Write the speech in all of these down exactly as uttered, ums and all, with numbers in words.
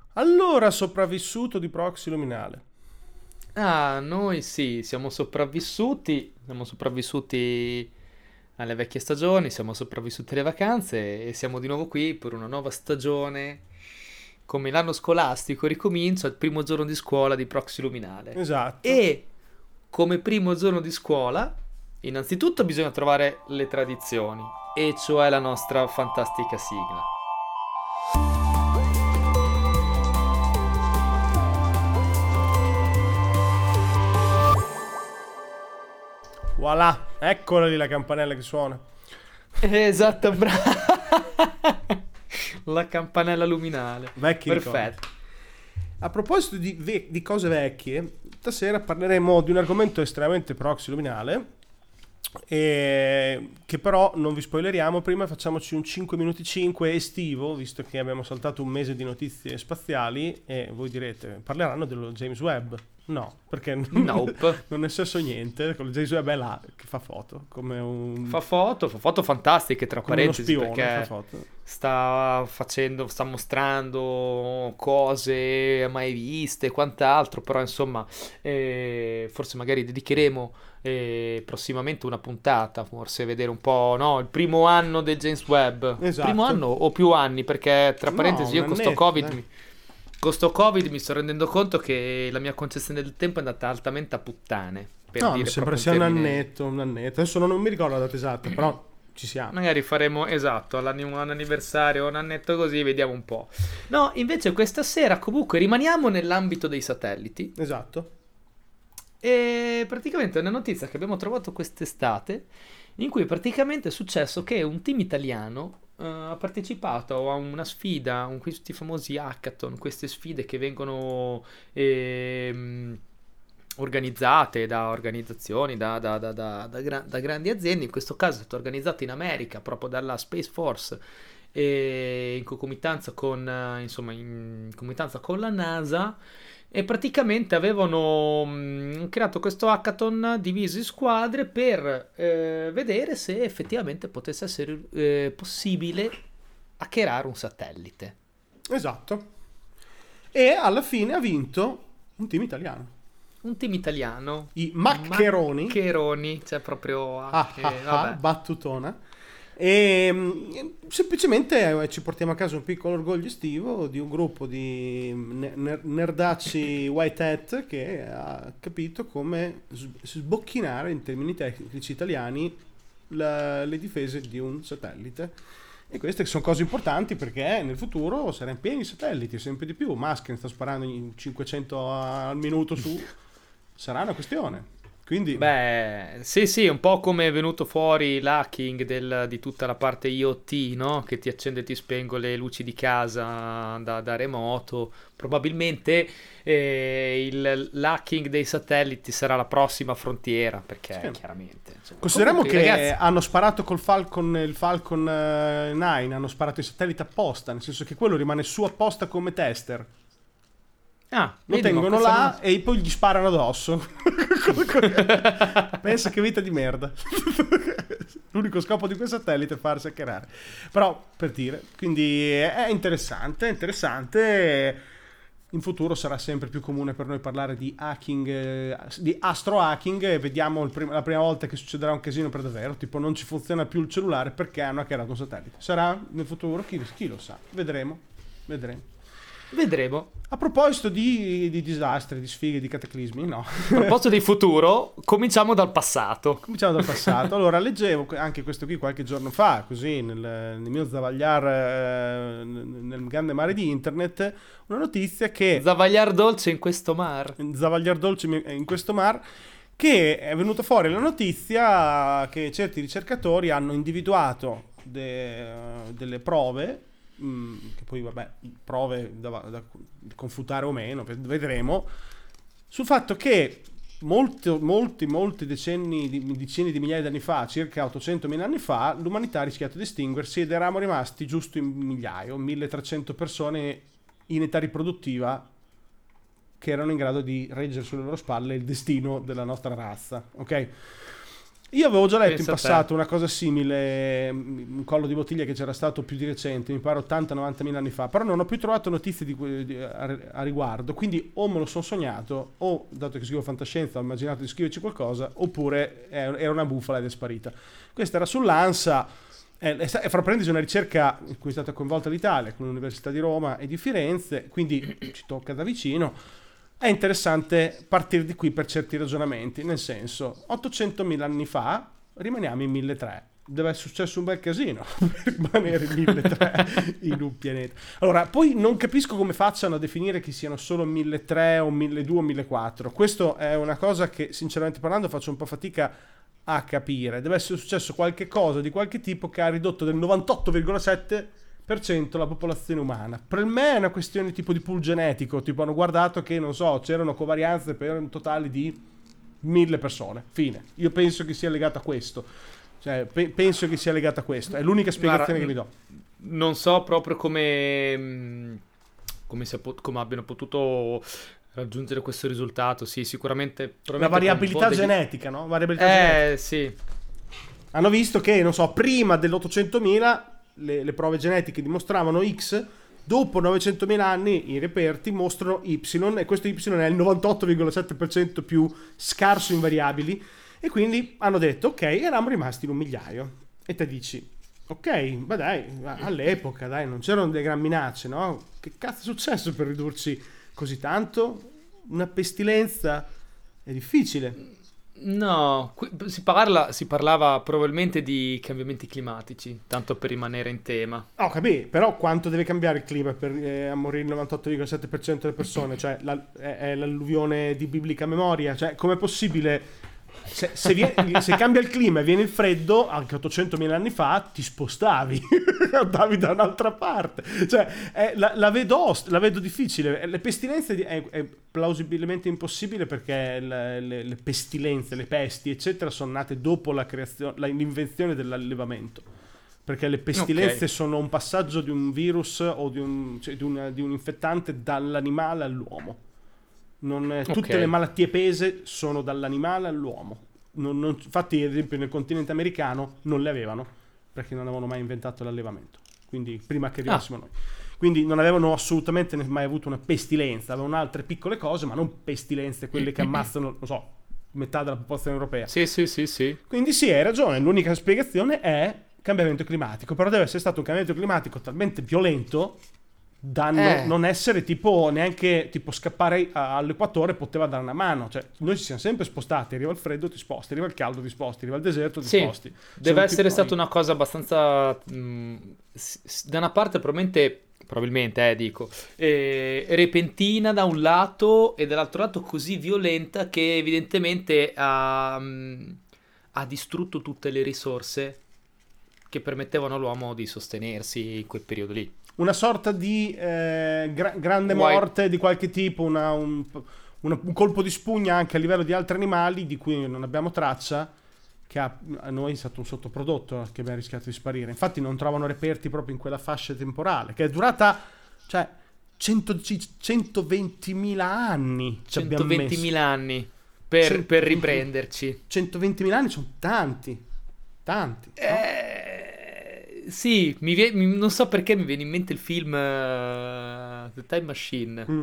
Allora, sopravvissuto di proxy luminale. Ah, noi sì, siamo sopravvissuti, siamo sopravvissuti alle vecchie stagioni, siamo sopravvissuti alle vacanze e siamo di nuovo qui per una nuova stagione. Come l'anno scolastico ricomincia il primo giorno di scuola di Proxy Luminale. Esatto. E come primo giorno di scuola, innanzitutto bisogna trovare le tradizioni, e cioè la nostra fantastica sigla. Voilà, eccola lì la campanella che suona. Esatto, bravo. La campanella luminale. Vecchi Perfetto. ricordi. A proposito di, ve- di cose vecchie, stasera parleremo di un argomento estremamente proxy luminale, e che però non vi spoileriamo. Prima facciamoci un cinque minuti cinque estivo, visto che abbiamo saltato un mese di notizie spaziali, e voi direte, parleranno dello James Webb? No, perché Nope. non è successo niente. Con il James Webb è là che fa foto, come un... Fa foto, fa foto fantastiche, tra come uno parentesi, spione, perché fa foto. sta facendo, sta mostrando cose mai viste e quant'altro, però insomma, eh, forse magari dedicheremo eh, prossimamente una puntata, forse vedere un po', no, il primo anno del James Webb. Esatto. Primo anno o più anni, perché tra No, parentesi io un con sto annetto, Covid dai. mi, con sto Covid mi sto rendendo conto che la mia concezione del tempo è andata altamente a puttane. Per No, dire mi sembra proprio sia un termine- annetto, un annetto. Adesso non, non mi ricordo la data esatta, però ci siamo. Magari faremo, esatto, all'anni- un anniversario, un annetto così, vediamo un po'. No, invece questa sera comunque rimaniamo nell'ambito dei satelliti Esatto. e praticamente è una notizia che abbiamo trovato quest'estate in cui praticamente è successo che un team italiano eh, ha partecipato a una sfida, un, questi famosi hackathon, queste sfide che vengono ehm, organizzate da organizzazioni, da, da- da- da- da gra- da grandi aziende. In questo caso è stato organizzato in America proprio dalla Space Force e in concomitanza con, eh, insomma, in concomitanza con la NASA. E praticamente avevano mh, creato questo hackathon diviso in squadre per eh, vedere se effettivamente potesse essere eh, possibile hackerare un satellite. Esatto. E alla fine ha vinto un team italiano. Un team italiano. I Maccheroni. Maccheroni, cioè proprio... Ah, eh, ah, ah, vabbè. battutona. E mm, semplicemente eh, ci portiamo a casa un piccolo orgoglio estivo di un gruppo di ne- ner- nerdacci white hat che ha capito come s- sbocchinare in termini tecnici italiani la- le difese di un satellite. E queste sono cose importanti perché nel futuro saranno pieni di satelliti, sempre di più. Musk ne sta sparando in cinquecento al minuto su, sarà una questione. Quindi Beh, sì, sì, un po' come è venuto fuori l'hacking del- di tutta la parte IoT, no? Che ti accende e ti spengo le luci di casa da, da remoto. Probabilmente eh, il, l'hacking dei satelliti sarà la prossima frontiera, perché Sì. chiaramente... insomma. consideriamo Comunque, che ragazzi, hanno sparato col Falcon, il Falcon eh, nove, hanno sparato i satelliti apposta, nel senso che quello rimane su apposta come tester. ah, Lo vedi, ma tengono questa là non- e poi gli sparano addosso. Pensa che vita di merda. L'unico scopo di quel satellite è farsi hackerare. Però, per dire, quindi è interessante, è interessante. In futuro sarà sempre più comune per noi parlare di hacking, eh, di astro hacking, e vediamo il prim- la prima volta che succederà un casino per davvero, tipo non ci funziona più il cellulare perché hanno hackerato un satellite. Sarà nel futuro? Chi, chi lo sa? Vedremo. Vedremo. Vedremo. A proposito di, di disastri, di sfighe, di cataclismi, no. A proposito di futuro, cominciamo dal passato. Cominciamo dal passato. Allora, leggevo anche questo qui qualche giorno fa, così nel, nel mio zavagliar, eh, nel grande mare di internet, una notizia che Zavagliar dolce in questo mar. zavagliar dolce in questo mar, che è venuta fuori la notizia che certi ricercatori hanno individuato de- delle prove, mh, che poi vabbè, prove da, da confutare o meno, vedremo, sul fatto che molti, molti, molti decenni, di, decine di migliaia di anni fa, circa ottocentomila anni fa, l'umanità ha rischiato di estinguersi ed eravamo rimasti giusto in migliaio, milletrecento persone in età riproduttiva che erano in grado di reggere sulle loro spalle il destino della nostra razza, ok? Io avevo già letto Pensa in a te. passato una cosa simile, un collo di bottiglia che c'era stato più di recente, mi pare ottanta novanta mila anni fa, però non ho più trovato notizie di, que- di- a, a riguardo, quindi o me lo sono sognato, o dato che scrivo fantascienza ho immaginato di scriverci qualcosa, oppure è- era una bufala ed è sparita. Questa era sull'ANSA, è, è, sta- è fra parentesi una ricerca in cui è stata coinvolta l'Italia, con l'Università di Roma e di Firenze, quindi ci tocca da vicino. È interessante partire di qui per certi ragionamenti, nel senso, ottocentomila anni fa rimaniamo in milletrecento. Deve essere successo un bel casino per rimanere in milletrecento in un pianeta. Allora, poi non capisco come facciano a definire che siano solo milletrecento o milleduecento o millequattrocento. Questo è una cosa che, sinceramente parlando, faccio un po' fatica a capire. Deve essere successo qualche cosa di qualche tipo che ha ridotto del novantotto virgola sette per cento la popolazione umana. Per me è una questione tipo di pool genetico, tipo hanno guardato che, non so, c'erano covarianze per un totale di mille persone, fine. Io penso che sia legato a questo, cioè pe- penso che sia legato a questo, è l'unica spiegazione Guarda, che mi do. Non so proprio come, mh, come, sia pot- come abbiano potuto raggiungere questo risultato. Sì, sicuramente La probabilmente con un variabilità po' degli- genetica, no? Variabilità genetica. Eh, sì. Hanno visto che, non so, prima dell'ottocentomila le, le prove genetiche dimostravano X, dopo novecentomila anni i reperti mostrano Y, e questo Y è il novantotto virgola sette per cento più scarso in variabili, e quindi hanno detto ok, eravamo rimasti in un migliaio. E te dici ok, ma dai, all'epoca dai, non c'erano delle gran minacce, no? Che cazzo è successo per ridurci così tanto? Una pestilenza? È difficile. No, qui si parla, si parlava probabilmente di cambiamenti climatici, tanto per rimanere in tema. Ho capito, però quanto deve cambiare il clima per eh, a morire il novantotto virgola sette per cento delle persone? Cioè, la- è, è l'alluvione di biblica memoria? Cioè, com'è possibile? Se, se, viene- se cambia il clima e viene il freddo, anche ottocentomila anni fa, ti spostavi, andavi da un'altra parte. Cioè, è- la, la vedo ost- la vedo difficile. Le pestilenze di- è, è plausibilmente impossibile perché le, le- le pestilenze, le pesti, eccetera, sono nate dopo la creazione, la- l'invenzione dell'allevamento. Perché le pestilenze Ok. sono un passaggio di un virus o di un, cioè, di una- di un infettante dall'animale all'uomo. Non, eh, tutte Ok. le malattie pese sono dall'animale all'uomo. Non- non- infatti, ad esempio, nel continente americano non le avevano perché non avevano mai inventato l'allevamento. Quindi, prima che arrivassimo noi, quindi non avevano assolutamente ne- mai avuto una pestilenza. Avevano altre piccole cose, ma non pestilenze, quelle che ammazzano, non so, metà della popolazione europea. Sì, sì, sì, sì. Quindi, sì, hai ragione. L'unica spiegazione è cambiamento climatico. Però deve essere stato un cambiamento climatico talmente violento da no- Eh. non essere tipo neanche tipo scappare a- all'equatore poteva dare una mano. Cioè, noi ci siamo sempre spostati. Arriva il freddo, ti sposti, arriva il caldo, ti sposti, arriva il deserto, ti Sì, sposti. deve Siamo essere tipo stata noi. una cosa abbastanza, mh, s- s- da una parte probabilmente, probabilmente, eh, dico, eh, repentina da un lato e dall'altro lato così violenta che evidentemente ha, mh, ha distrutto tutte le risorse che permettevano all'uomo di sostenersi in quel periodo lì. Una sorta di eh, gra- grande White- morte di qualche tipo, una- un, una- un colpo di spugna anche a livello di altri animali di cui non abbiamo traccia, che ha, a noi è stato un sottoprodotto che abbiamo rischiato di sparire. Infatti non trovano reperti proprio in quella fascia temporale, che è durata, cioè, cento centoventimila anni. ci abbiamo messo. centoventimila anni per, Cent- per riprenderci. centoventimila anni sono tanti, tanti. no? Eh, sì, mi vie- mi- non so perché mi viene in mente il film eh, The Time Machine, Mm.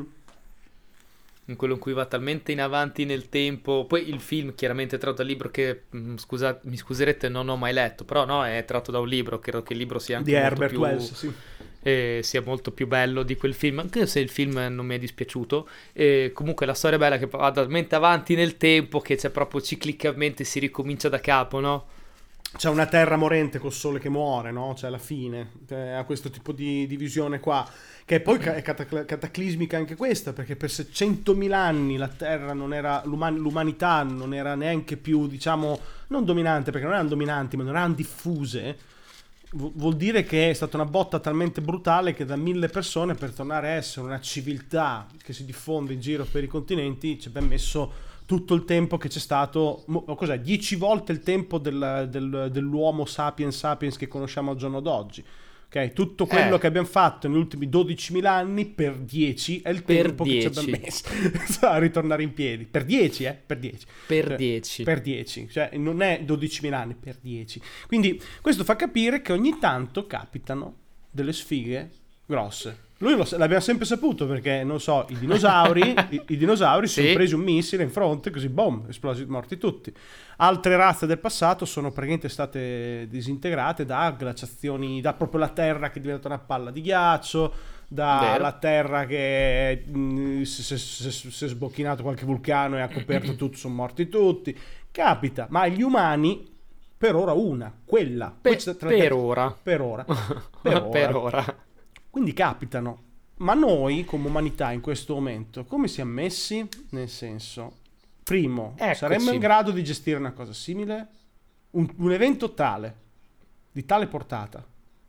in quello in cui va talmente in avanti nel tempo. Poi il film chiaramente è tratto dal libro che, mm, scusa- mi scuserete, non ho mai letto, però no, è tratto da un libro, credo che il libro sia anche Di molto Herbert più, Wells, sì. eh, sia molto più bello di quel film, anche se il film non mi è dispiaciuto. E comunque la storia è bella che va talmente avanti nel tempo che c'è proprio ciclicamente, si ricomincia da capo, no? C'è una terra morente col sole che muore, no? Cioè alla fine eh, ha questo tipo di, di visione qua, che poi ca- è catacl- cataclismica anche questa, perché per centomila anni la terra non era, l'uman- l'umanità non era neanche più, diciamo, non dominante, perché non erano dominanti, ma non erano diffuse. Vu- vuol dire che è stata una botta talmente brutale che da mille persone, per tornare a essere una civiltà che si diffonde in giro per i continenti, ci abbiamo messo tutto il tempo che c'è stato, mo- cos'è? dieci volte il tempo del- del- dell'uomo sapiens sapiens che conosciamo al giorno d'oggi. Ok, tutto quello Eh. che abbiamo fatto negli ultimi dodicimila anni per dieci è il Per tempo che ci abbiamo dieci. messo a ritornare in piedi. Per dieci, eh? Per dieci. Per Cioè, dieci. Per dieci, cioè non è dodicimila anni, per dieci. Quindi questo fa capire che ogni tanto capitano delle sfighe grosse. Lui lo, l'abbiamo sempre saputo perché, non so, i dinosauri, i, i dinosauri si Sì. sono presi un missile in fronte, così boom, esplosi, morti tutti. Altre razze del passato sono praticamente state disintegrate da glaciazioni, da proprio la Terra che diventa una palla di ghiaccio, da Vero. la Terra che mh, si, si- si- si è sbocchinato qualche vulcano e ha coperto tutto, sono morti tutti. Capita, ma gli umani per ora una, quella. Pe- Poi c'è- tra- per ora. Per ora. Per ora. Per ora. Quindi capitano. Ma noi, come umanità, in questo momento, come siamo messi? Nel senso, primo, Eccoci. saremmo in grado di gestire una cosa simile? Un, un evento tale, di tale portata.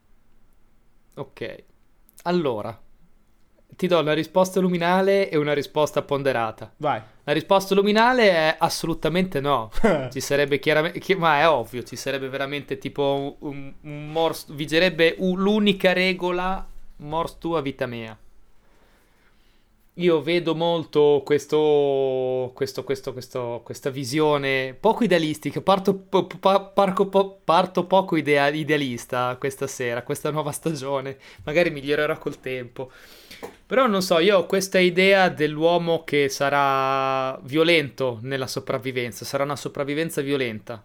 Ok. Allora, ti do una risposta luminale e una risposta ponderata. Vai. La risposta luminale è assolutamente no. Ci sarebbe chiaramente, chi- ma è ovvio, ci sarebbe veramente tipo un, un mors, vigerebbe un- l'unica regola mors tua vita mea. Io vedo molto questo, questo, questo, questo, questa visione poco idealistica. Parto, po- pa- parco po- parto poco idea- idealista questa sera, questa nuova stagione. Magari migliorerò col tempo. Però non so, io ho questa idea dell'uomo che sarà violento nella sopravvivenza. Sarà una sopravvivenza violenta,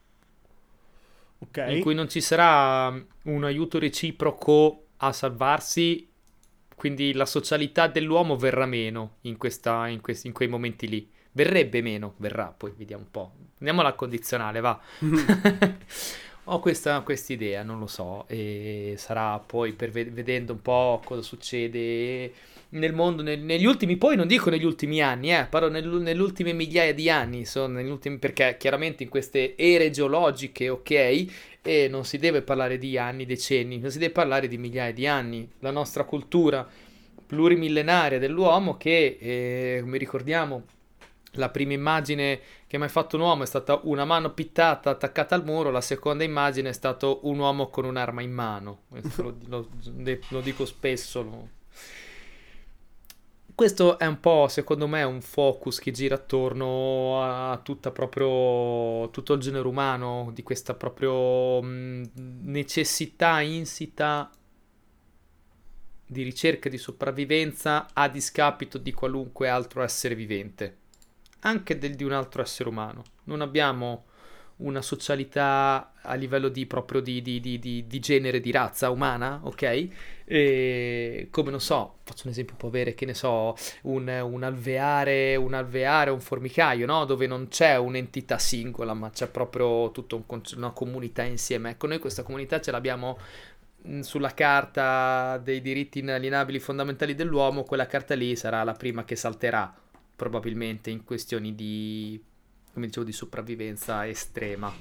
Ok. in cui non ci sarà un aiuto reciproco a salvarsi. Quindi la socialità dell'uomo verrà meno in, questa, in, questi, in quei momenti lì. Verrebbe meno, verrà, poi vediamo un po'. Andiamo alla condizionale, va. Ho questa idea, non lo so, e sarà poi per ved- vedendo un po' cosa succede nel mondo, nel- negli ultimi, poi non dico negli ultimi anni, eh, parlo nel- nelle ultime migliaia di anni, sono negli ultimi, perché chiaramente in queste ere geologiche, ok, e non si deve parlare di anni, decenni, ma si deve parlare di migliaia di anni. La nostra cultura plurimillenaria dell'uomo che, eh, come ricordiamo, la prima immagine che ha mai fatto un uomo è stata una mano pittata attaccata al muro, la seconda immagine è stato un uomo con un'arma in mano. Questo lo, lo- lo dico spesso. lo- Questo è un po', secondo me, un focus che gira attorno a tutta proprio, tutto il genere umano, di questa proprio mh, necessità insita di ricerca di sopravvivenza a discapito di qualunque altro essere vivente, anche del, di un altro essere umano. Non abbiamo una socialità a livello di proprio di, di, di, di, di genere, di razza umana, ok? E come non so, faccio un esempio, può avere, che ne so, un, un alveare, un alveare, un formicaio, no? Dove non c'è un'entità singola, ma c'è proprio tutta un conce- una comunità insieme. Ecco, noi questa comunità ce l'abbiamo mh, sulla carta dei diritti inalienabili fondamentali dell'uomo. Quella carta lì sarà la prima che salterà, probabilmente, in questioni di, come dicevo, di sopravvivenza estrema.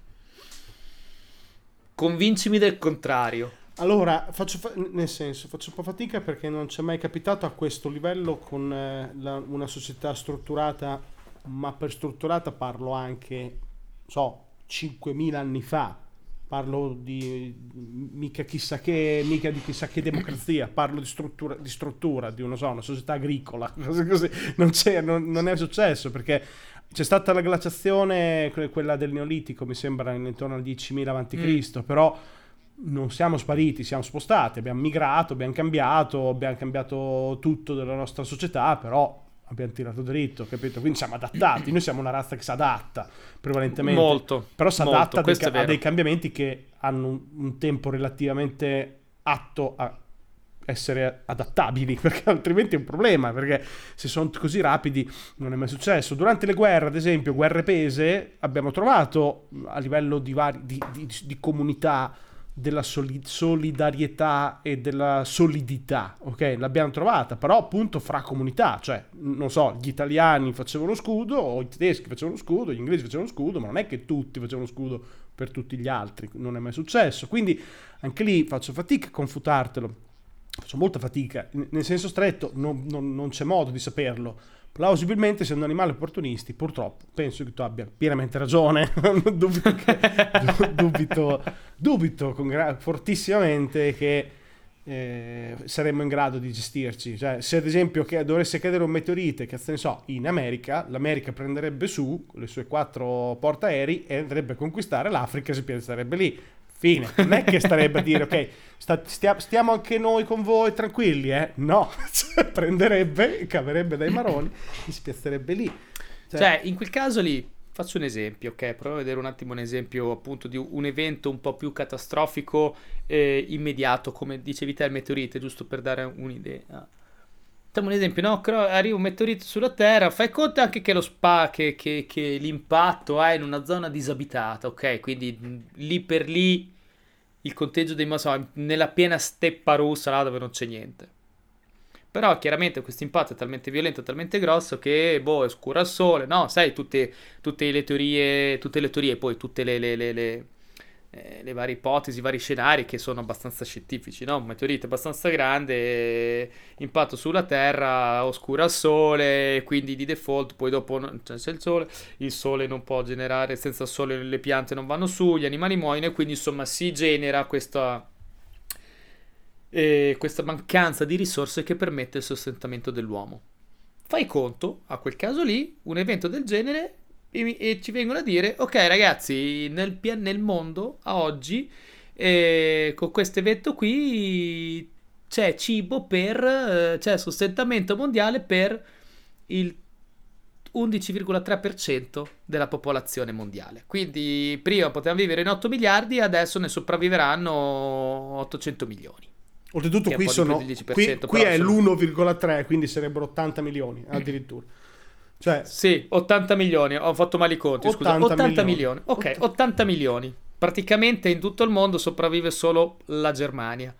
Convincimi del contrario. Allora, faccio fa- nel senso, faccio un po' fatica perché non ci è mai capitato a questo livello con eh, la- una società strutturata, ma per strutturata parlo anche, so, cinquemila anni fa. Parlo di mica chissà che, mica di chissà che democrazia, parlo di struttura, di struttura, di una, so, una società agricola, cose così. Non c'è, non, non è successo perché c'è stata la glaciazione, que- quella del Neolitico, mi sembra intorno al diecimila avanti Cristo, però non siamo spariti, siamo spostati, abbiamo migrato, abbiamo cambiato, abbiamo cambiato tutto della nostra società, però abbiamo tirato dritto, capito? Quindi siamo adattati, noi siamo una razza che si adatta prevalentemente, Molto, però si molto, adatta a dei, questo è ca- a vero. dei cambiamenti che hanno un, un tempo relativamente atto a essere adattabili, perché altrimenti è un problema, perché se sono così rapidi non è mai successo. Durante le guerre, ad esempio, guerre pese, abbiamo trovato a livello di, vari, di, di, di comunità della soli- solidarietà e della solidità, ok? L'abbiamo trovata, però appunto fra comunità, cioè, non so, gli italiani facevano scudo, o i tedeschi facevano scudo, gli inglesi facevano scudo, ma non è che tutti facevano scudo per tutti gli altri, non è mai successo. Quindi anche lì faccio fatica a confutartelo. faccio molta fatica, nel senso stretto non, non, non c'è modo di saperlo. Plausibilmente, essendo animali opportunisti, purtroppo penso che tu abbia pienamente ragione. dubito, che, dubito, dubito con gra- fortissimamente che eh, saremmo in grado di gestirci. Cioè, se ad esempio che dovesse cadere un meteorite, che ne so, in America, l'America prenderebbe su con le sue quattro portaerei e andrebbe a conquistare l'Africa, si piazzerebbe lì. Fine. Non è che starebbe a dire ok, sta, stia, stiamo anche noi con voi tranquilli, eh? No, cioè, prenderebbe, caverebbe dai maroni e si piazzerebbe lì. Cioè, cioè, in quel caso lì faccio un esempio, ok? Proviamo a vedere un attimo un esempio appunto di un evento un po' più catastrofico, eh, immediato, come dicevi te, il meteorite, giusto per dare un'idea. Facciamo un esempio, no? Arriva un meteorite sulla Terra, fai conto anche che lo spa, che, che, che l'impatto è in una zona disabitata, ok? Quindi lì per lì il conteggio dei masoni, nella piena steppa russa, là dove non c'è niente. Però chiaramente questo impatto è talmente violento, talmente grosso che, boh, è scuro al sole, no? Sai, tutte, tutte le teorie, tutte le teorie, poi tutte le... le, le, le Eh, le varie ipotesi, i vari scenari che sono abbastanza scientifici, no? Un meteorite abbastanza grande, eh, impatto sulla Terra, oscura il sole, quindi di default poi dopo non, cioè, c'è il sole, il sole non può generare, senza il sole le piante non vanno su, gli animali muoiono e quindi insomma si genera questa, eh, questa mancanza di risorse che permette il sostentamento dell'uomo. Fai conto, a quel caso lì, un evento del genere E, e ci vengono a dire ok ragazzi, nel, nel mondo a oggi eh, con questo evento qui c'è cibo per eh, c'è sostentamento mondiale per il undici virgola tre per cento della popolazione mondiale. Quindi prima potevamo vivere in otto miliardi, adesso ne sopravviveranno ottocento milioni. Oltretutto qui sono qui, qui è sono... l'uno virgola tre, quindi sarebbero ottanta milioni addirittura. Cioè, sì, ottanta milioni, ho fatto male i conti, scusa, ottanta milioni. Ok, ottanta milioni. Praticamente in tutto il mondo sopravvive solo la Germania.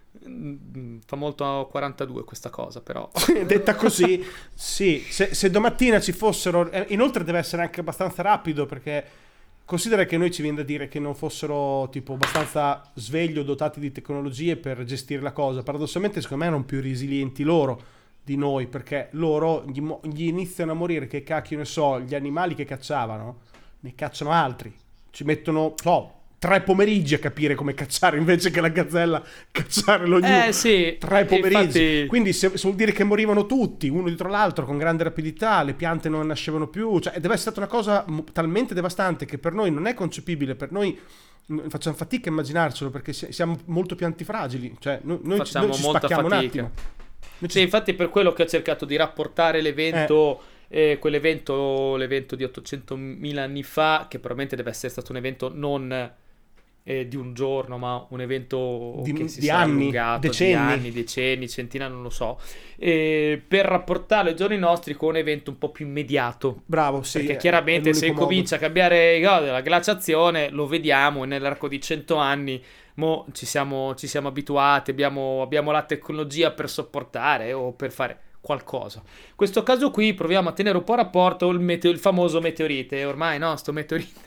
Fa molto quarantadue questa cosa, però. Detta così, sì, se, se domattina ci fossero... Eh, inoltre deve essere anche abbastanza rapido, perché considera che noi ci viene da dire che non fossero tipo abbastanza svegli o dotati di tecnologie per gestire la cosa. Paradossalmente secondo me erano più resilienti loro di noi, perché loro gli, gli iniziano a morire, che cacchio ne so, gli animali che cacciavano ne cacciano altri, ci mettono so, tre pomeriggi a capire come cacciare, invece che la gazzella cacciare lo gnu. Eh sì, tre pomeriggi, infatti... quindi se, se vuol dire che morivano tutti uno dietro l'altro con grande rapidità, le piante non nascevano più, cioè deve essere stata una cosa talmente devastante che per noi non è concepibile, per noi facciamo fatica a immaginarcelo, perché siamo molto più antifragili, cioè noi, noi, facciamo noi ci molta spacchiamo fatica. Un attimo. Sì, infatti per quello che ho cercato di rapportare l'evento, eh. Eh, quell'evento, l'evento di ottocentomila anni fa, che probabilmente deve essere stato un evento non eh, di un giorno, ma un evento di, che si di sarà anni, allungato, decenni. di anni, decenni, centinaia, non lo so, eh, per rapportarlo ai giorni nostri con un evento un po' più immediato. Bravo, sì. Perché chiaramente se comincia modo. a cambiare no, la glaciazione, lo vediamo, e nell'arco di cento anni mo ci siamo, ci siamo abituati, abbiamo, abbiamo la tecnologia per sopportare o per fare qualcosa. In questo caso qui proviamo a tenere un po' a rapporto il, meteo, il famoso meteorite, ormai no, sto meteorite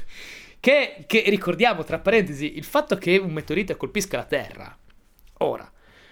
che, che ricordiamo tra parentesi il fatto che un meteorite colpisca la Terra. Ora,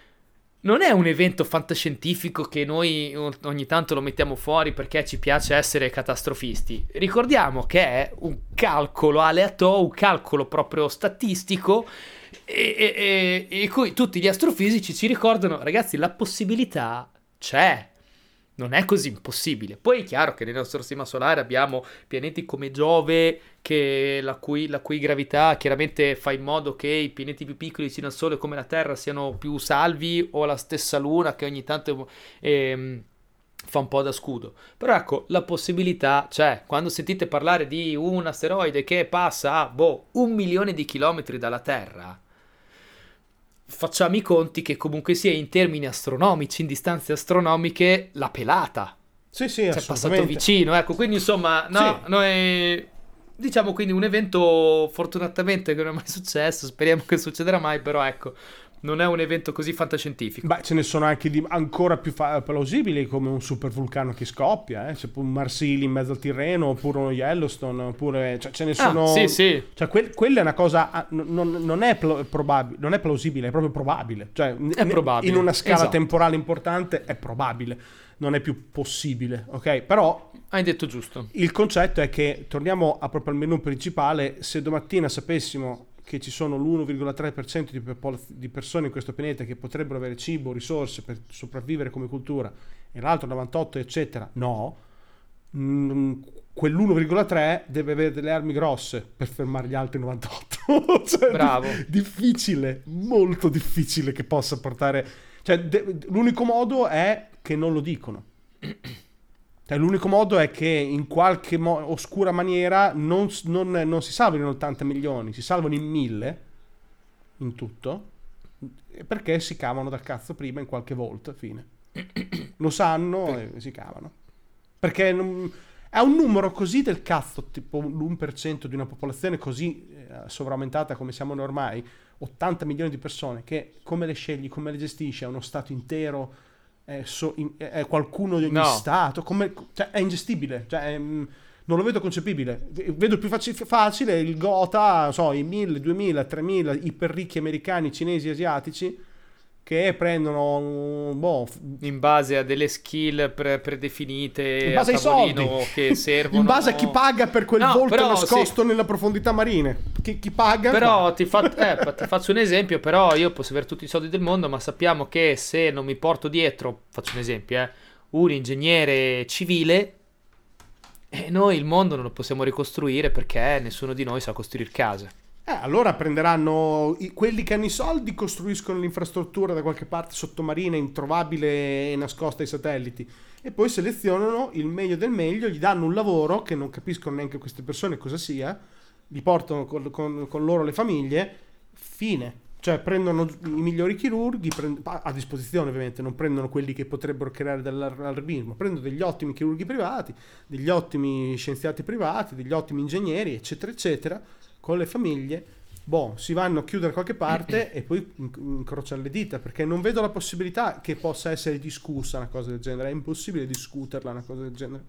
non è un evento fantascientifico che noi ogni tanto lo mettiamo fuori perché ci piace essere catastrofisti. Ricordiamo che è un calcolo aleatorio, un calcolo proprio statistico, e, e, e, e cui tutti gli astrofisici ci ricordano, ragazzi, la possibilità c'è. Non è così impossibile. Poi è chiaro che nel nostro sistema solare abbiamo pianeti come Giove, che la, cui, la cui gravità chiaramente fa in modo che i pianeti più piccoli vicino al Sole come la Terra siano più salvi, o la stessa Luna che ogni tanto ehm, fa un po' da scudo. Però ecco, la possibilità c'è. Quando sentite parlare di un asteroide che passa a boh, un milione di chilometri dalla Terra, facciamo i conti che comunque sia in termini astronomici, in distanze astronomiche, la pelata. Sì, sì, c'è passato vicino, ecco, quindi insomma, no, sì. Noi diciamo quindi un evento fortunatamente che non è mai successo, speriamo che succederà mai, però ecco, non è un evento così fantascientifico. Beh, ce ne sono anche di ancora più fa- plausibili, come un supervulcano che scoppia, eh? C'è un Marsili in mezzo al Tirreno, oppure uno Yellowstone, oppure cioè, ce ne sono. Ah, sì, sì. Cioè, que- quella è una cosa. ah, Non, non è pl- probabile, non è plausibile, è proprio probabile. Cioè, È n- probabile, in una scala esatto. temporale importante è probabile, non è più possibile, ok? Però Hai detto giusto. il concetto è che, torniamo a proprio al menu principale, se domattina sapessimo che ci sono l'uno virgola tre per cento di, popol- di persone in questo pianeta che potrebbero avere cibo, risorse per sopravvivere come cultura, e l'altro novantotto eccetera, no, mm, quell'uno virgola tre deve avere delle armi grosse per fermare gli altri novantotto. Cioè, Bravo. di- difficile, molto difficile che possa portare, cioè de- l'unico modo è che non lo dicono. Cioè, l'unico modo è che in qualche mo- oscura maniera non, s- non- non si salvano in ottanta milioni, si salvano in mille in tutto, perché si cavano dal cazzo prima in qualche volta, fine. Lo sanno e si cavano. Perché non- è un numero così del cazzo, tipo l'uno per cento di una popolazione così eh, sovraumentata come siamo noi ormai, ottanta milioni di persone, che come le scegli, come le gestisci, è uno stato intero, è, so- in- è qualcuno di ogni No. stato, come, cioè, è ingestibile, cioè, è, mm, non lo vedo concepibile. Vedo il più faci- facile il Gotha, non so, i mille, duemila, tremila iperricchi americani, cinesi, asiatici che prendono boh, In base a delle skill pre- predefinite in base a ai soldi, tavolino che servono. in base a chi paga per quel No, volto però nascosto sì. nelle profondità marine. Chi, chi paga? Però ti, fa- eh, ti faccio un esempio, però io posso avere tutti i soldi del mondo, ma sappiamo che se non mi porto dietro, faccio un esempio, eh, un ingegnere civile, eh, noi il mondo non lo possiamo ricostruire perché nessuno di noi sa costruire case. Eh, allora prenderanno i- quelli che hanno i soldi, costruiscono l'infrastruttura da qualche parte sottomarina, introvabile e nascosta ai satelliti, e poi selezionano il meglio del meglio, gli danno un lavoro che non capiscono neanche queste persone cosa sia, li portano con, con- con loro le famiglie, fine. Cioè prendono i migliori chirurghi prend- a disposizione, ovviamente non prendono quelli che potrebbero creare dell'allarmismo, prendono degli ottimi chirurghi privati, degli ottimi scienziati privati, degli ottimi ingegneri, eccetera eccetera, con le famiglie. Boh, si vanno a chiudere qualche parte e poi in- incrociano le dita, perché non vedo la possibilità che possa essere discussa una cosa del genere. È impossibile discuterla una cosa del genere.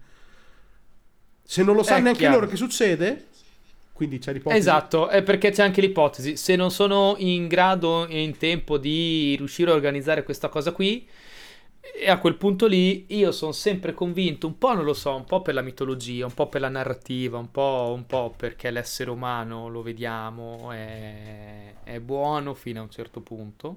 Se non lo sanno È neanche chiaro. loro che succede, quindi c'è l'ipotesi. Esatto, è perché c'è anche l'ipotesi, se non sono in grado e in tempo di riuscire a organizzare questa cosa qui, e a quel punto lì io sono sempre convinto, un po' non lo so, un po' per la mitologia, un po' per la narrativa, un po', un po' perché l'essere umano, lo vediamo, è, è buono fino a un certo punto.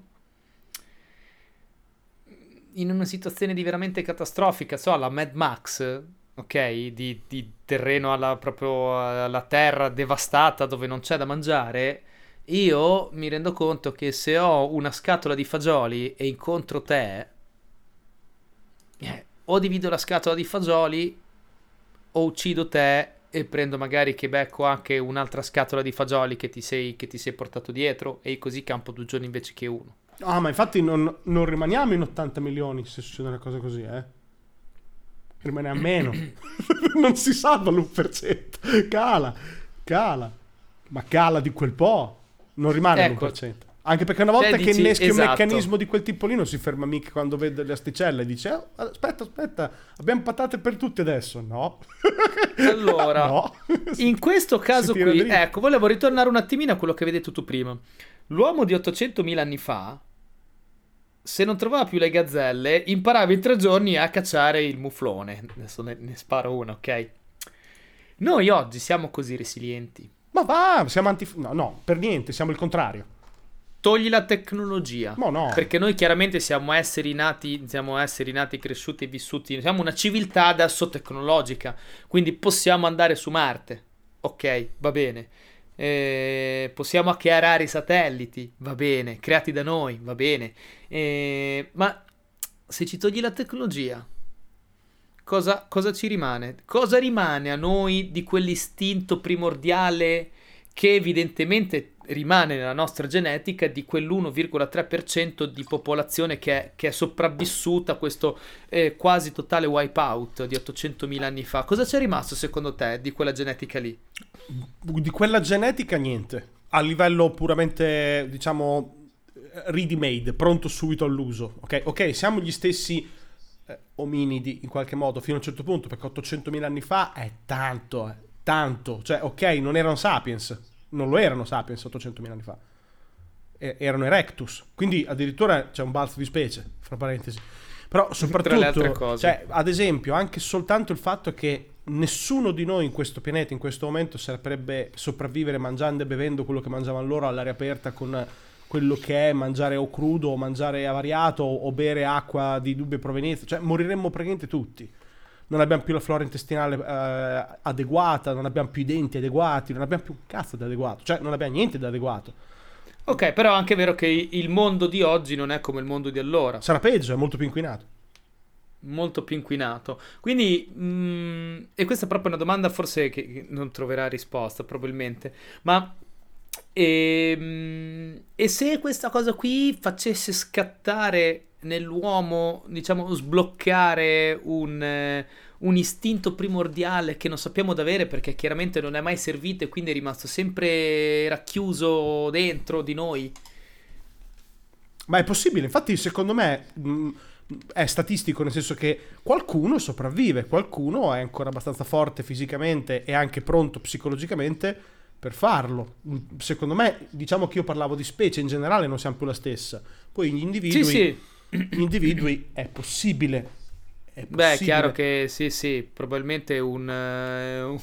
In una situazione di veramente catastrofica, so, la Mad Max, ok, di, di terreno alla, proprio alla terra devastata dove non c'è da mangiare, io mi rendo conto che se ho una scatola di fagioli e incontro te, eh, o divido la scatola di fagioli o uccido te e prendo magari che becco anche un'altra scatola di fagioli che ti sei, che ti sei portato dietro, e così campo due giorni invece che uno. Ah, ma infatti non, non rimaniamo in ottanta milioni se succede una cosa così, eh. Rimane a meno. Non si salva l'uno per cento. Cala, cala. Ma cala di quel po'. Non rimane Ecco. l'uno per cento. Anche perché una volta Te che dici, inneschi esatto. un meccanismo di quel tipo lì non si ferma mica quando vede le asticelle e dice "Oh, aspetta, aspetta, abbiamo patate per tutti adesso". No. Allora, No. in questo caso Si tira qui, dritto. ecco, volevo ritornare un attimino a quello che avevi detto tu prima. L'uomo di ottocentomila anni fa, se non trovava più le gazzelle, imparava in tre giorni a cacciare il muflone. Adesso ne, ne sparo una, ok? Noi oggi siamo così resilienti. Ma va, siamo anti... No, no, per niente, siamo il contrario. Togli la tecnologia. Ma no. Perché noi chiaramente siamo esseri nati, siamo esseri nati, cresciuti e vissuti, siamo una civiltà adesso tecnologica, quindi possiamo andare su Marte. Ok, va bene. Eh, possiamo hackerare i satelliti, va bene, creati da noi, va bene. Eh, ma se ci togli la tecnologia, cosa, cosa ci rimane? Cosa rimane a noi di quell'istinto primordiale che evidentemente rimane nella nostra genetica, di quell'uno virgola tre per cento di popolazione che è, che è sopravvissuta a questo eh, quasi totale wipeout di ottocentomila anni fa? Cosa c'è rimasto secondo te di quella genetica lì? Di quella genetica niente. A livello puramente, diciamo, ready made, pronto subito all'uso. Ok, ok, siamo gli stessi eh, ominidi in qualche modo fino a un certo punto, perché ottocentomila anni fa è tanto, eh, tanto. Cioè, ok, non erano sapiens, non lo erano sapiens ottocentomila anni fa. E- erano erectus, quindi addirittura c'è un balzo di specie, fra parentesi. Però Tra le altre soprattutto, cose. cioè, ad esempio, anche soltanto il fatto che nessuno di noi in questo pianeta in questo momento saprebbe sopravvivere mangiando e bevendo quello che mangiavano loro all'aria aperta, con quello che è mangiare o crudo o mangiare avariato o bere acqua di dubbia provenienza, cioè moriremmo praticamente tutti. Non abbiamo più la flora intestinale eh, adeguata, non abbiamo più i denti adeguati, non abbiamo più un cazzo di adeguato, cioè non abbiamo niente di adeguato. Ok, però è anche vero che il mondo di oggi non è come il mondo di allora. Sarà peggio, è molto più inquinato. Molto più inquinato. Quindi, mh, e questa è proprio una domanda forse che che non troverà risposta probabilmente, ma ehm, e se questa cosa qui facesse scattare nell'uomo, diciamo, sbloccare un, eh, un istinto primordiale che non sappiamo d'avere perché chiaramente non è mai servito e quindi è rimasto sempre racchiuso dentro di noi? Ma è possibile, infatti secondo me mh, è statistico, nel senso che qualcuno sopravvive, qualcuno è ancora abbastanza forte fisicamente e anche pronto psicologicamente per farlo. Mh, Secondo me, diciamo che io parlavo di specie in generale, non siamo più la stessa. Poi gli individui, Sì, sì. gli individui è possibile. È Beh, è possibile. chiaro che sì, sì, probabilmente un, eh, un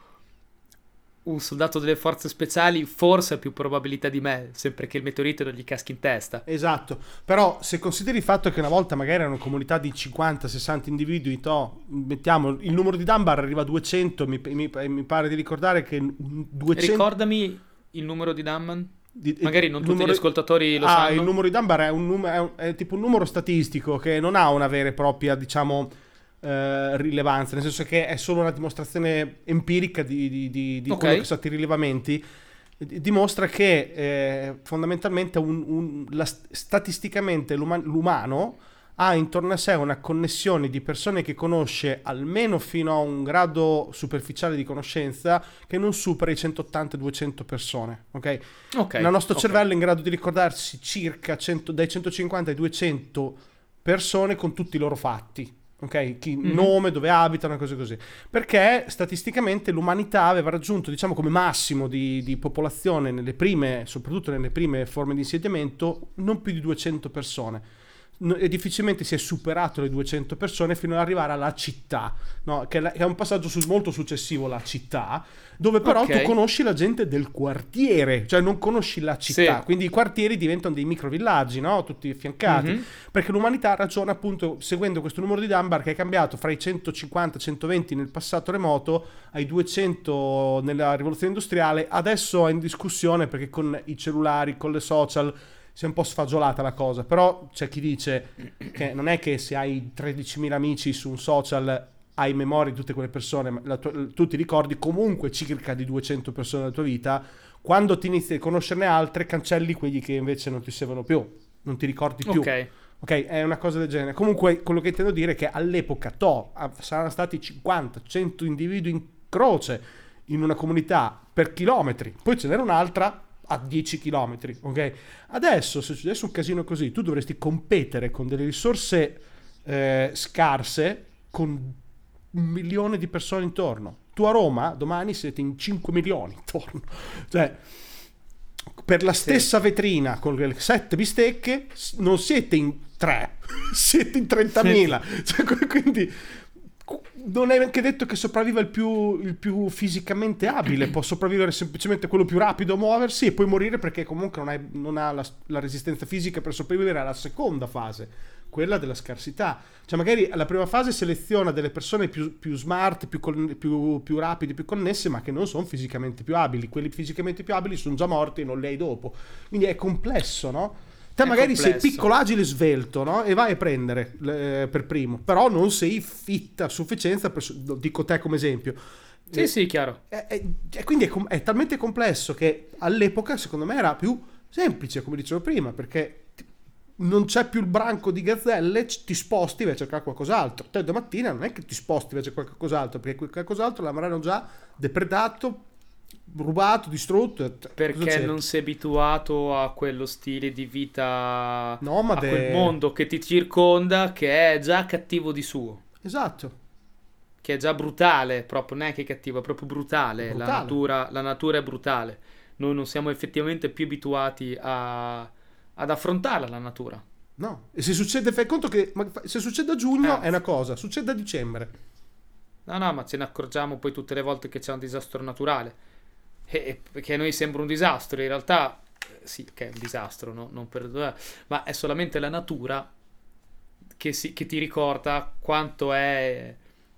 un soldato delle forze speciali forse ha più probabilità di me, sempre che il meteorite non gli caschi in testa. Esatto, però se consideri il fatto che una volta magari erano comunità di cinquanta sessanta individui, to, mettiamo il numero di Dunbar arriva a duecento, mi, mi- mi pare di ricordare che duecento... Ricordami il numero di Damman? di- Magari non il tutti numero- gli ascoltatori lo ah, sanno. il numero di Dunbar è, un numero, è, un- è tipo un numero statistico che non ha una vera e propria, diciamo, eh, rilevanza, nel senso che è solo una dimostrazione empirica di, di, di, di Ok. quello che sono stati i rilevamenti. D- dimostra che eh, fondamentalmente un- un- la- statisticamente l'uma- l'umano ha intorno a sé una connessione di persone che conosce almeno fino a un grado superficiale di conoscenza che non supera i centottanta duecento persone, ok? Ok. Il nostro ok. cervello è in grado di ricordarsi circa cento dai centocinquanta ai duecento persone con tutti i loro fatti, ok? Chi, Mhm. nome, dove abitano e cose così. Perché statisticamente l'umanità aveva raggiunto, diciamo, come massimo di, di popolazione nelle prime, soprattutto nelle prime forme di insediamento, non più di duecento persone. No- e difficilmente si è superato le duecento persone fino ad arrivare alla città, no? Che è la- che è un passaggio su- molto successivo, la città, dove però Ok. tu conosci la gente del quartiere, cioè non conosci la città, Sì. quindi i quartieri diventano dei microvillaggi, no? Tutti affiancati, Mhm. perché l'umanità ragiona appunto seguendo questo numero di Dunbar che è cambiato fra i centocinquanta centoventi nel passato remoto ai duecento nella rivoluzione industriale. Adesso è in discussione perché con i cellulari, con le social si è un po' sfagiolata la cosa, però c'è chi dice che non è che se hai tredicimila amici su un social hai memoria di tutte quelle persone, ma la tua- tu ti ricordi comunque circa di duecento persone della tua vita. Quando ti inizi a conoscerne altre, cancelli quelli che invece non ti servono più, non ti ricordi più. Ok. Ok, è una cosa del genere. Comunque, quello che intendo dire è che all'epoca, to, ah, saranno stati cinquanta cento individui in croce in una comunità per chilometri, poi ce n'era un'altra a dieci chilometri, ok? Adesso, se succedesse un casino così, tu dovresti competere con delle risorse eh, scarse con un milione di persone intorno. Tu a Roma domani siete in cinque milioni intorno. Cioè, per la stessa vetrina con le sette bistecche s- non siete in tre, siete in trentamila. Cioè, qu- quindi cu- non è neanche detto che sopravviva il più, il più fisicamente abile, può sopravvivere semplicemente quello più rapido a muoversi e poi morire perché comunque non, hai- non ha la, la resistenza fisica per sopravvivere alla seconda fase, quella della scarsità. Cioè magari la prima fase seleziona delle persone più, più smart, più, con- più, più rapide, più connesse, ma che non sono fisicamente più abili. Quelli fisicamente più abili sono già morti e non li hai dopo. Quindi è complesso, no? Te È magari sei complesso. piccolo, agile, svelto, no? E vai a prendere eh, per primo. Però non sei fit a sufficienza, per, dico te come esempio. Sì, Eh, sì, chiaro. e, e- e quindi è, com- è talmente complesso che all'epoca secondo me era più semplice, come dicevo prima, perché ti- non c'è più il branco di gazzelle, c- ti sposti e vai a cercare qualcos'altro. Te domattina non è che ti sposti e vai a cercare qualcos'altro, perché quel qualcos'altro l'avranno già depredato rubato, distrutto. Perché non sei abituato a quello stile di vita, nomade, a quel mondo che ti circonda, che è già cattivo di suo. Esatto. Che è già brutale, proprio, non è che è cattivo, è proprio brutale. brutale. La natura, la natura è brutale. Noi non siamo effettivamente più abituati a, ad affrontarla la natura. No, e se succede, fai conto che se succede a giugno eh. è una cosa, succede a dicembre. No, no, ma ce ne accorgiamo poi tutte le volte che c'è un disastro naturale. E, perché a noi sembra un disastro, in realtà sì, che è un disastro, no? Non per, ma è solamente la natura che, si, che ti ricorda quanto è,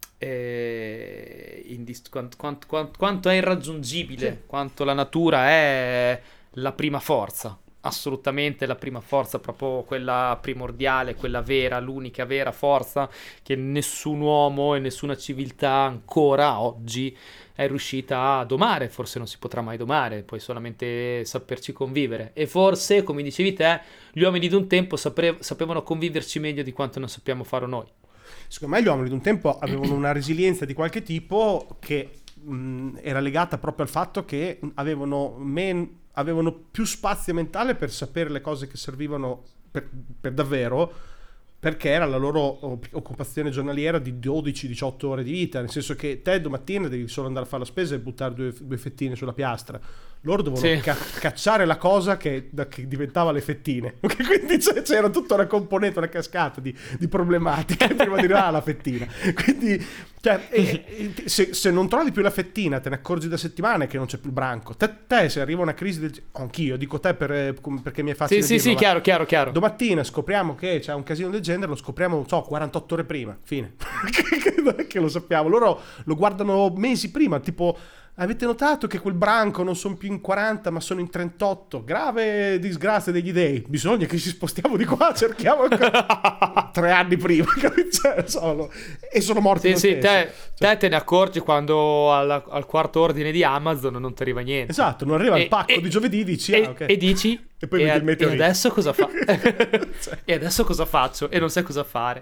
è indist- quanto, quanto, quanto, quanto è irraggiungibile, sì. Quanto la natura è la prima forza, assolutamente la prima forza, proprio quella primordiale, quella vera, l'unica vera forza che nessun uomo e nessuna civiltà ancora oggi è riuscita a domare. Forse non si potrà mai domare, puoi solamente saperci convivere. E forse, come dicevi te, gli uomini di un tempo sapre- sapevano conviverci meglio di quanto non sappiamo fare noi. Secondo me gli uomini di un tempo avevano una resilienza di qualche tipo che mh, era legata proprio al fatto che avevano, men- avevano più spazio mentale per sapere le cose che servivano per, per davvero, perché era la loro occupazione giornaliera di dodici diciotto ore di vita, nel senso che te domattina devi solo andare a fare la spesa e buttare due, due fettine sulla piastra. Loro dovevano sì. ca- cacciare la cosa che, da, che diventava le fettine. Quindi c'era tutta una componente, una cascata di, di problematiche prima di arrivare alla fettina. Quindi cioè, e, e, se, se non trovi più la fettina, te ne accorgi da settimane che non c'è più il branco. Te, te se arriva una crisi del oh, anch'io dico te per, perché mi è facile sì, dirlo, sì, sì, chiaro, chiaro, chiaro. Domattina scopriamo che c'è un casino del genere, lo scopriamo, non so, quarantotto ore prima, fine. Che lo sappiamo. Loro lo guardano mesi prima, tipo avete notato che quel branco non sono più in quaranta ma sono in trentotto? Grave disgrazia degli dei. Bisogna che ci spostiamo di qua, cerchiamo ancora tre anni prima. Cioè, solo. E sono morti. Sì, sì, te, cioè. te te ne accorgi quando alla, al quarto ordine di Amazon non ti arriva niente. Esatto, non arriva e, il pacco e, di giovedì, dici e, ah, ok. E dici e poi e, vedi il meteorite. E adesso cosa fa? Cioè. E adesso cosa faccio? E non sai cosa fare.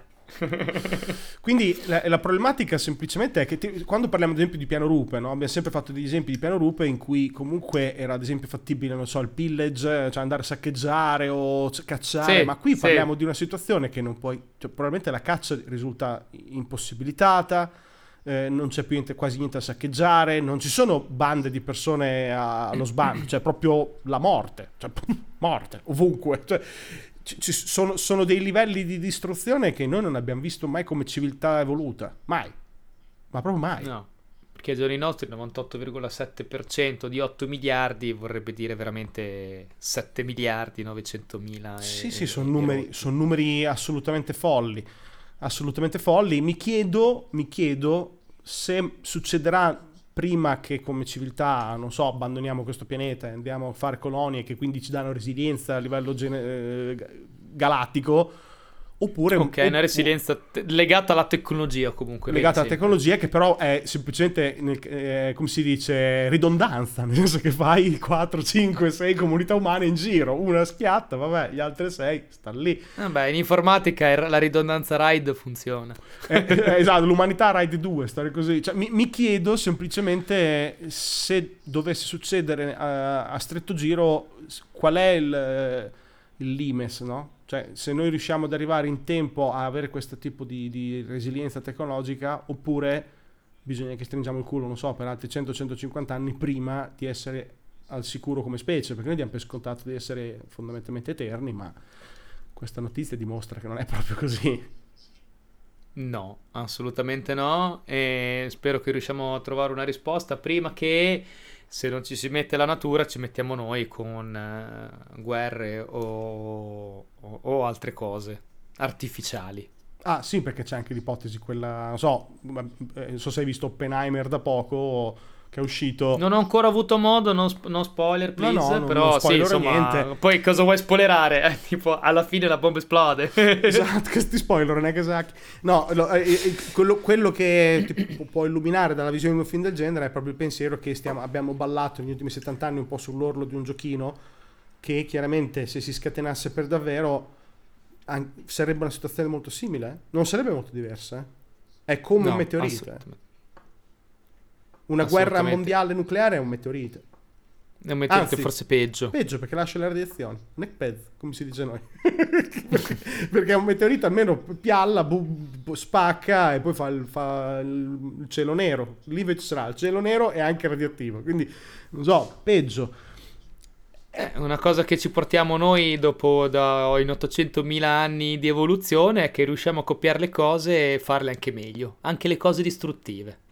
Quindi la, la problematica semplicemente è che ti, quando parliamo ad esempio di piano rupe, no? Abbiamo sempre fatto degli esempi di piano rupe in cui comunque era ad esempio fattibile, non so, il pillage, cioè andare a saccheggiare o cacciare, sì, ma qui parliamo sì. di una situazione che non puoi, cioè, probabilmente la caccia risulta impossibilitata, eh, non c'è più niente, quasi niente da saccheggiare, non ci sono bande di persone a, allo sbando, cioè proprio la morte, cioè morte ovunque, cioè ci sono, sono dei livelli di distruzione che noi non abbiamo visto mai come civiltà evoluta, mai, ma proprio mai. No, perché ai giorni nostri il novantotto virgola sette per cento di otto miliardi vorrebbe dire veramente sette miliardi novecentomila. Sì, e, sì, sono numeri, son numeri assolutamente folli, assolutamente folli. Mi chiedo, mi chiedo se succederà prima che come civiltà, non so, abbandoniamo questo pianeta e andiamo a fare colonie che quindi ci danno resilienza a livello gene- eh, galattico, oppure... Ok, o- una resilienza te- legata alla tecnologia comunque. Legata alla tecnologia che però è semplicemente, nel, eh, come si dice, ridondanza, nel senso che fai quattro, cinque, sei comunità umane in giro, una schiatta, vabbè, gli altri sei stanno lì. Vabbè, in informatica la ridondanza RAID funziona. Eh, eh, esatto, l'umanità RAID due, stare così. Cioè, mi, mi chiedo semplicemente se dovesse succedere a, a stretto giro qual è il, il limes, no? Cioè, se noi riusciamo ad arrivare in tempo a avere questo tipo di, di resilienza tecnologica, oppure bisogna che stringiamo il culo, non so, per altri cento centocinquanta anni prima di essere al sicuro come specie, perché noi diamo per scontato di essere fondamentalmente eterni, ma questa notizia dimostra che non è proprio così. No, assolutamente no, e spero che riusciamo a trovare una risposta prima che, se non ci si mette la natura, ci mettiamo noi con uh, guerre o, o, o altre cose artificiali. Ah sì, perché c'è anche l'ipotesi quella, non so, non so se hai visto Oppenheimer da poco, che è uscito. Non ho ancora avuto modo, non, sp- non spoiler please, no, no, però non sì, insomma, niente. Poi cosa vuoi spoilerare? Eh, tipo, alla fine la bomba esplode. Esatto, questi spoiler, Nagasaki. No, no eh, eh, quello, quello che ti può illuminare dalla visione di un film del genere è proprio il pensiero che stiamo, abbiamo ballato negli ultimi settanta anni un po' sull'orlo di un giochino che chiaramente se si scatenasse per davvero an- sarebbe una situazione molto simile, eh? Non sarebbe molto diversa, eh? È come no, un meteorite. Una guerra Assolutamente. mondiale nucleare è un meteorite. È un meteorite Anzi, forse peggio. Peggio perché lascia le radiazioni. Non è peggio, come si dice noi. perché, perché un meteorite almeno pialla, bu- bu- spacca e poi fa il, fa il cielo nero. Lì invece sarà il cielo nero e anche radioattivo. Quindi, non so, peggio. Eh, una cosa che ci portiamo noi dopo da, in ottocentomila anni di evoluzione è che riusciamo a copiare le cose e farle anche meglio, anche le cose distruttive.